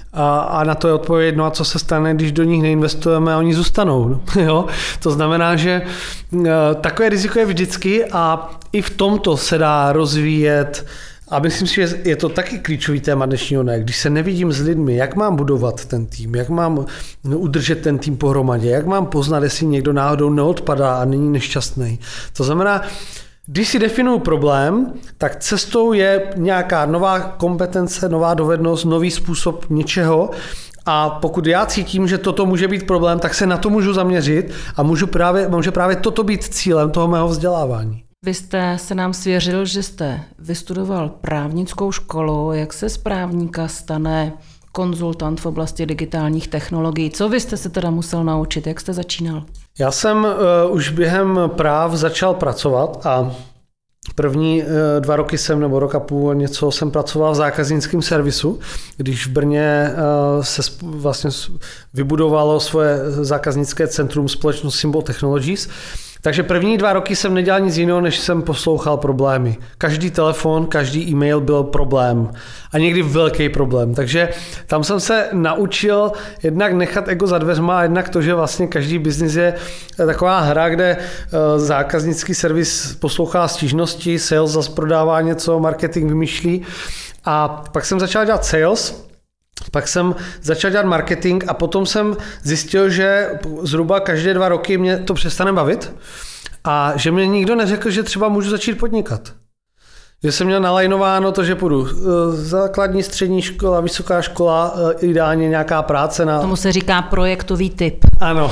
A na to je odpověď, no a co se stane, když do nich neinvestujeme a oni zůstanou. Jo? To znamená, že takové riziko je vždycky a i v tomto se dá rozvíjet. A myslím si, že je to taky klíčový téma dnešního dne. Když se nevidím s lidmi, jak mám budovat ten tým, jak mám udržet ten tým pohromadě, jak mám poznat, jestli někdo náhodou neodpadá a není nešťastný. To znamená, když si definuju problém, tak cestou je nějaká nová kompetence, nová dovednost, nový způsob něčeho. A pokud já cítím, že toto může být problém, tak se na to můžu zaměřit a může právě toto být cílem toho mého vzdělávání. Vy jste se nám svěřil, že jste vystudoval právnickou školu. Jak se z právníka stane konzultant v oblasti digitálních technologií? Co vy jste se teda musel naučit? Jak jste začínal? Já jsem už během práv začal pracovat a první 2 roky nebo rok a půl něco jsem pracoval v zákaznickém servisu, když v Brně se vlastně vybudovalo svoje zákaznické centrum společnost Symbol Technologies. Takže první 2 roky jsem nedělal nic jiného, než jsem poslouchal problémy. Každý telefon, každý e-mail byl problém. A někdy velký problém. Takže tam jsem se naučil jednak nechat ego za dveřma a jednak to, že vlastně každý biznis je taková hra, kde zákaznický servis poslouchá stížnosti, sales zase prodává něco, marketing vymýšlí. A pak jsem začal dělat sales, pak jsem začal dělat marketing a potom jsem zjistil, že zhruba každé 2 roky mě to přestane bavit a že mě nikdo neřekl, že třeba můžu začít podnikat. Že jsem měl nalajnováno to, že půjdu základní, střední škola, vysoká škola, ideálně nějaká práce na... Tomu se říká projektový typ. Ano.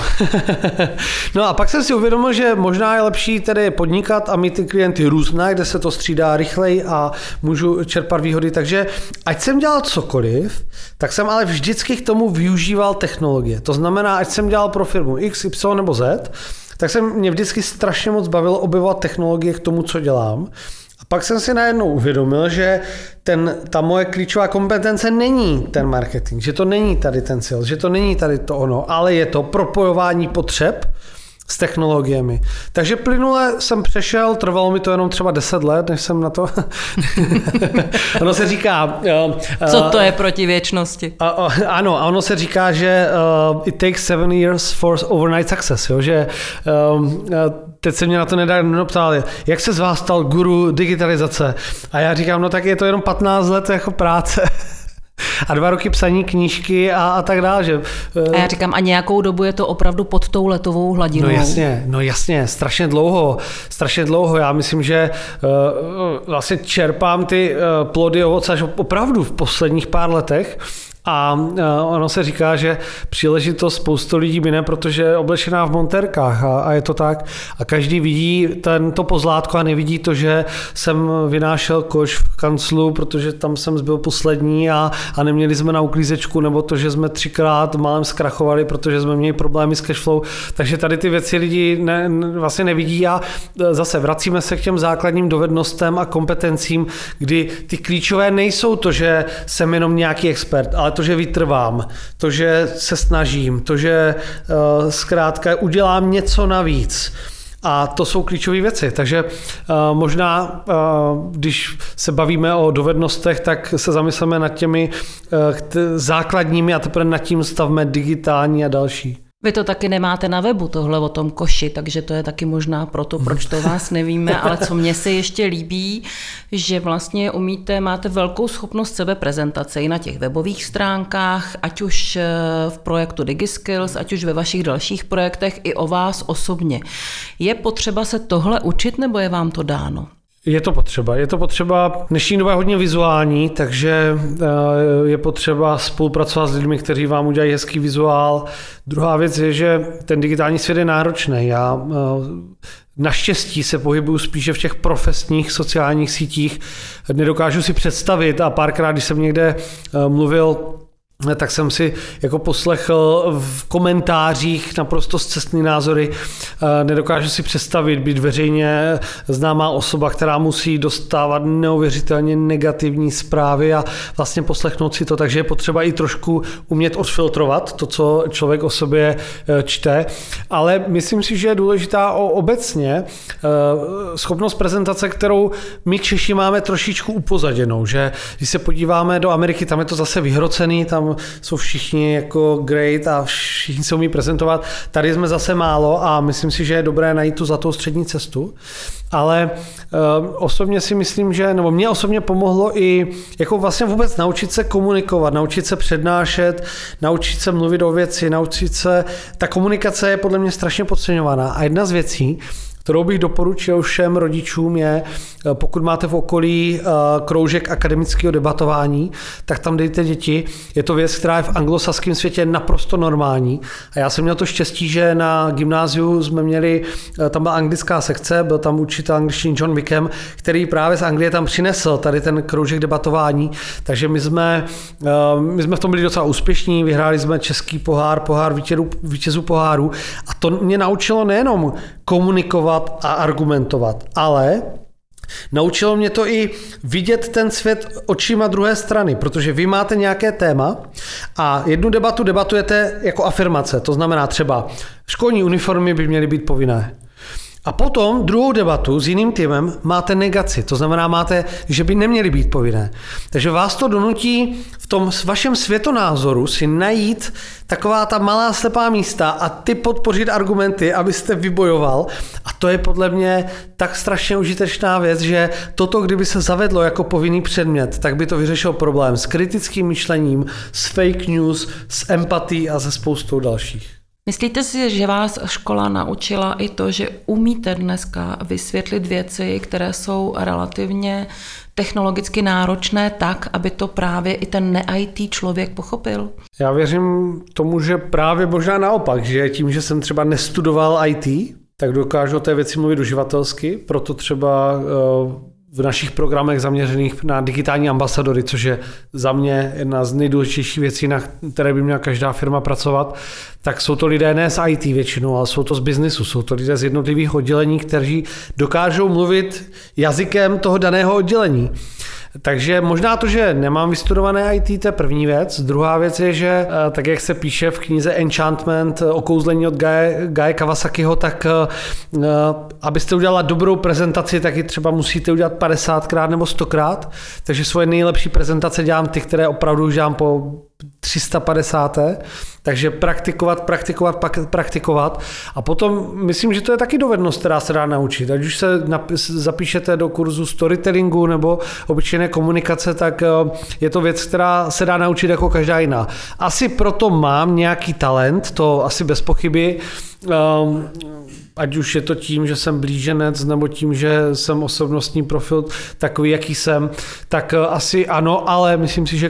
No a pak jsem si uvědomil, že možná je lepší tedy podnikat a mít ty klienty různé, kde se to střídá rychleji a můžu čerpat výhody. Takže ať jsem dělal cokoliv, tak jsem ale vždycky k tomu využíval technologie. To znamená, ať jsem dělal pro firmu X, Y nebo Z, tak mě vždycky strašně moc bavilo objevovat technologie k tomu, co dělám. A pak jsem si najednou uvědomil, že ta moje klíčová kompetence není ten marketing, že to není tady ten sales, že to není tady to ono, ale je to propojování potřeb s technologiemi. Takže plynule jsem přešel, trvalo mi to jenom třeba 10 let, než jsem na to... Ono se říká... Co to je proti věčnosti? Ano, a ono se říká, že it takes 7 years for overnight success, jo? Že teď se mě na to nedávno ptali, jak se z vás stal guru digitalizace? A já říkám, no tak je to jenom 15 let jako práce. A 2 roky psaní knížky a tak dále. Že, a já říkám, a nějakou dobu je to opravdu pod tou letovou hladinou. No jasně, strašně dlouho. Já myslím, že vlastně čerpám ty plody ovoce až opravdu v posledních pár letech A ono se říká, že příležitost spoustu lidí mine, protože je oblečená v montérkách a je to tak. A každý vidí to pozlátko a nevidí to, že jsem vynášel koš v kanclu, protože tam jsem byl poslední a neměli jsme na uklízečku, nebo to, že jsme 3krát málem zkrachovali, protože jsme měli problémy s cashflow. Takže tady ty věci lidi vlastně nevidí a zase vracíme se k těm základním dovednostem a kompetencím, kdy ty klíčové nejsou to, že jsem jenom nějaký expert, ale to, že vytrvám, to, že se snažím, to, že zkrátka udělám něco navíc. A to jsou klíčové věci. Takže možná, když se bavíme o dovednostech, tak se zamysleme nad těmi základními a teprve nad tím stavme digitální a další. Vy to taky nemáte na webu, tohle o tom koši, takže to je taky možná proto, proč to vás nevíme, ale co mně se ještě líbí, že vlastně máte velkou schopnost sebeprezentace i na těch webových stránkách, ať už v projektu DigiSkills, ať už ve vašich dalších projektech, i o vás osobně. Je potřeba se tohle učit, nebo je vám to dáno? Je to potřeba. Dnešní doba je hodně vizuální, takže je potřeba spolupracovat s lidmi, kteří vám udělají hezký vizuál. Druhá věc je, že ten digitální svět je náročný. Já naštěstí se pohybuju spíše v těch profesních sociálních sítích. Nedokážu si představit a párkrát, když jsem někde mluvil, tak jsem si jako poslechl v komentářích naprosto scestný názory. Nedokážu si představit být veřejně známá osoba, která musí dostávat neuvěřitelně negativní zprávy a vlastně poslechnout si to, takže je potřeba i trošku umět odfiltrovat to, co člověk o sobě čte, ale myslím si, že je důležitá obecně schopnost prezentace, kterou my Češi máme trošičku upozaděnou, že když se podíváme do Ameriky, tam je to zase vyhrocený, tam jsou všichni jako great a všichni se umí prezentovat. Tady jsme zase málo a myslím si, že je dobré najít tu zlatou střední cestu. Ale osobně si myslím, že, nebo mě osobně pomohlo i jako vlastně vůbec naučit se komunikovat, naučit se přednášet, naučit se mluvit o věci, naučit se, ta komunikace je podle mě strašně podceňovaná. A jedna z věcí, kterou bych doporučil všem rodičům je, pokud máte v okolí kroužek akademického debatování, tak tam dejte děti. Je to věc, která je v anglosaském světě naprosto normální. A já jsem měl to štěstí, že na gymnáziu jsme měli, tam byla anglická sekce, byl tam učitel angličtiny John Wickham, který právě z Anglie tam přinesl tady ten kroužek debatování. Takže my jsme v tom byli docela úspěšní, vyhráli jsme český pohár vítězů poháru. A to mě naučilo nejenom komunikovat a argumentovat, ale naučilo mě to i vidět ten svět očima druhé strany, protože vy máte nějaké téma a jednu debatu debatujete jako afirmace, to znamená třeba školní uniformy by měly být povinné. A potom druhou debatu s jiným týmem máte negaci, to znamená máte, že by neměly být povinné. Takže vás to donutí v tom vašem světonázoru si najít taková ta malá slepá místa a ty podpořit argumenty, abyste vybojoval. A to je podle mě tak strašně užitečná věc, že toto, kdyby se zavedlo jako povinný předmět, tak by to vyřešilo problém s kritickým myšlením, s fake news, s empatií a se spoustou dalších. Myslíte si, že vás škola naučila i to, že umíte dneska vysvětlit věci, které jsou relativně technologicky náročné tak, aby to právě i ten ne-IT člověk pochopil? Já věřím tomu, že právě možná naopak, že tím, že jsem třeba nestudoval IT, tak dokážu o té věci mluvit uživatelsky, proto třeba v našich programech zaměřených na digitální ambasadory, což je za mě jedna z nejdůležitějších věcí, na které by měla každá firma pracovat, tak jsou to lidé ne z IT většinou, ale jsou to z biznisu, jsou to lidé z jednotlivých oddělení, kteří dokážou mluvit jazykem toho daného oddělení. Takže možná to, že nemám vystudované IT, to je první věc. Druhá věc je, že tak jak se píše v knize Enchantment, okouzlení od Gaye Kawasakiho, tak abyste udělala dobrou prezentaci, tak ji třeba musíte udělat 50krát nebo 100krát. Takže svoje nejlepší prezentace dělám ty, které opravdu už dělám po 350. Takže praktikovat. A potom myslím, že to je taky dovednost, která se dá naučit. Ať už se zapíšete do kurzu storytellingu nebo obyčejné komunikace, tak je to věc, která se dá naučit jako každá jiná. Asi proto mám nějaký talent, to asi bez pochyby, Ať už je to tím, že jsem blíženec, nebo tím, že jsem osobnostní profil takový, jaký jsem, tak asi ano, ale myslím si, že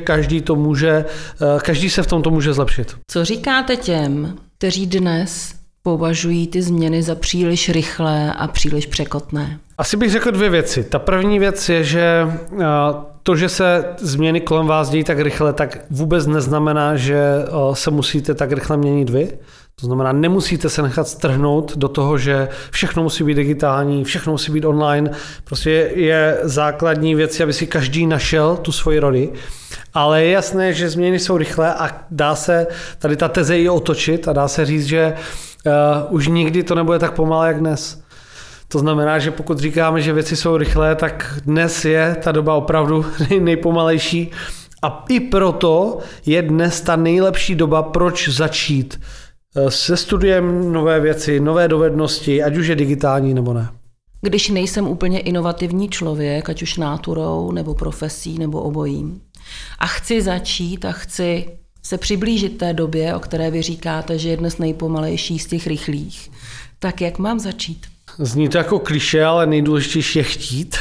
každý se v tomto může zlepšit. Co říkáte těm, kteří dnes považují ty změny za příliš rychlé a příliš překotné? Asi bych řekl 2 věci. Ta první věc je, že to, že se změny kolem vás dějí tak rychle, tak vůbec neznamená, že se musíte tak rychle měnit vy. To znamená, nemusíte se nechat strhnout do toho, že všechno musí být digitální, všechno musí být online. Prostě je základní věc, aby si každý našel tu svoji roli. Ale je jasné, že změny jsou rychlé a dá se tady ta teze i otočit a dá se říct, že už nikdy to nebude tak pomalé, jak dnes. To znamená, že pokud říkáme, že věci jsou rychlé, tak dnes je ta doba opravdu nejpomalejší a i proto je dnes ta nejlepší doba, proč začít se studiem nové věci, nové dovednosti, ať už je digitální nebo ne. Když nejsem úplně inovativní člověk, ať už náturou nebo profesí nebo obojím, a chci začít a chci se přiblížit té době, o které vy říkáte, že je dnes nejpomalejší z těch rychlých, tak jak mám začít? Zní to jako klišé, ale nejdůležitější je chtít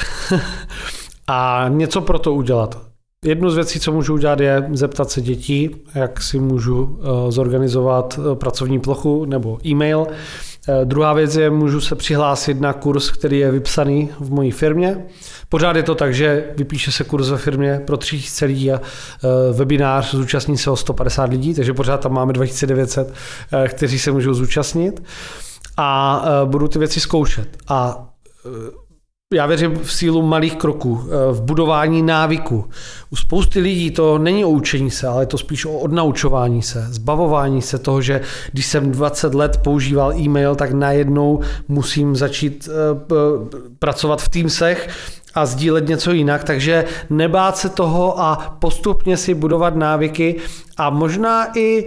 a něco pro to udělat. Jednu z věcí, co můžu udělat, je zeptat se dětí, jak si můžu zorganizovat pracovní plochu nebo e-mail. Druhá věc je, můžu se přihlásit na kurz, který je vypsaný v mojí firmě. Pořád je to tak, že vypíše se kurz ve firmě pro 3000 lidí a webinář zúčastní se o 150 lidí, takže pořád tam máme 2900, kteří se můžou zúčastnit a budu ty věci zkoušet. A já věřím v sílu malých kroků, v budování návyku. U spousty lidí to není o učení se, ale je to spíš o odnaučování se, zbavování se toho, že když jsem 20 let používal e-mail, tak najednou musím začít pracovat v Teamsech a sdílet něco jinak, takže nebát se toho a postupně si budovat návyky a možná i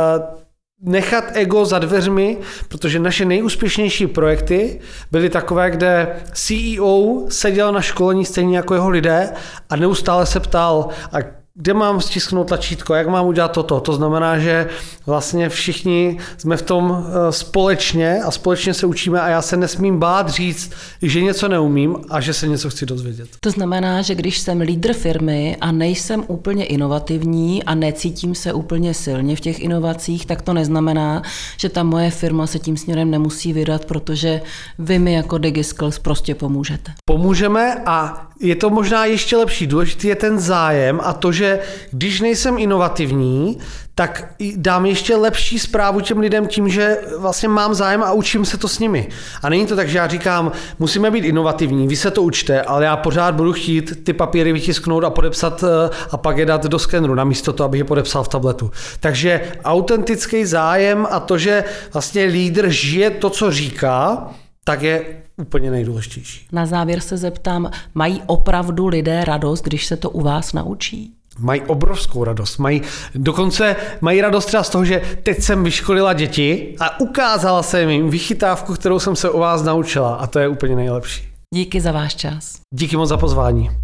nechat ego za dveřmi, protože naše nejúspěšnější projekty byly takové, kde CEO seděl na školení stejně jako jeho lidé a neustále se ptal, a kde mám stisknout tlačítko, jak mám udělat toto. To znamená, že vlastně všichni jsme v tom společně a společně se učíme a já se nesmím bát říct, že něco neumím a že se něco chci dozvědět. To znamená, že když jsem lídr firmy a nejsem úplně inovativní a necítím se úplně silně v těch inovacích, tak to neznamená, že ta moje firma se tím směrem nemusí vydat, protože vy mi jako DigiSkills prostě pomůžete. Pomůžeme a je to možná ještě lepší. Důležitý je ten zájem a to, že když nejsem inovativní, tak dám ještě lepší zprávu těm lidem tím, že vlastně mám zájem a učím se to s nimi. A není to tak, že já říkám, musíme být inovativní, vy se to učte, ale já pořád budu chtít ty papíry vytisknout a podepsat a pak je dát do skeneru, namísto toho, abych je podepsal v tabletu. Takže autentický zájem a to, že vlastně lídr žije to, co říká, tak je úplně nejdůležitější. Na závěr se zeptám, mají opravdu lidé radost, když se to u vás naučí? Mají obrovskou radost. Dokonce mají radost třeba z toho, že teď jsem vyškolila děti a ukázala jsem jim vychytávku, kterou jsem se u vás naučila. A to je úplně nejlepší. Díky za váš čas. Díky moc za pozvání.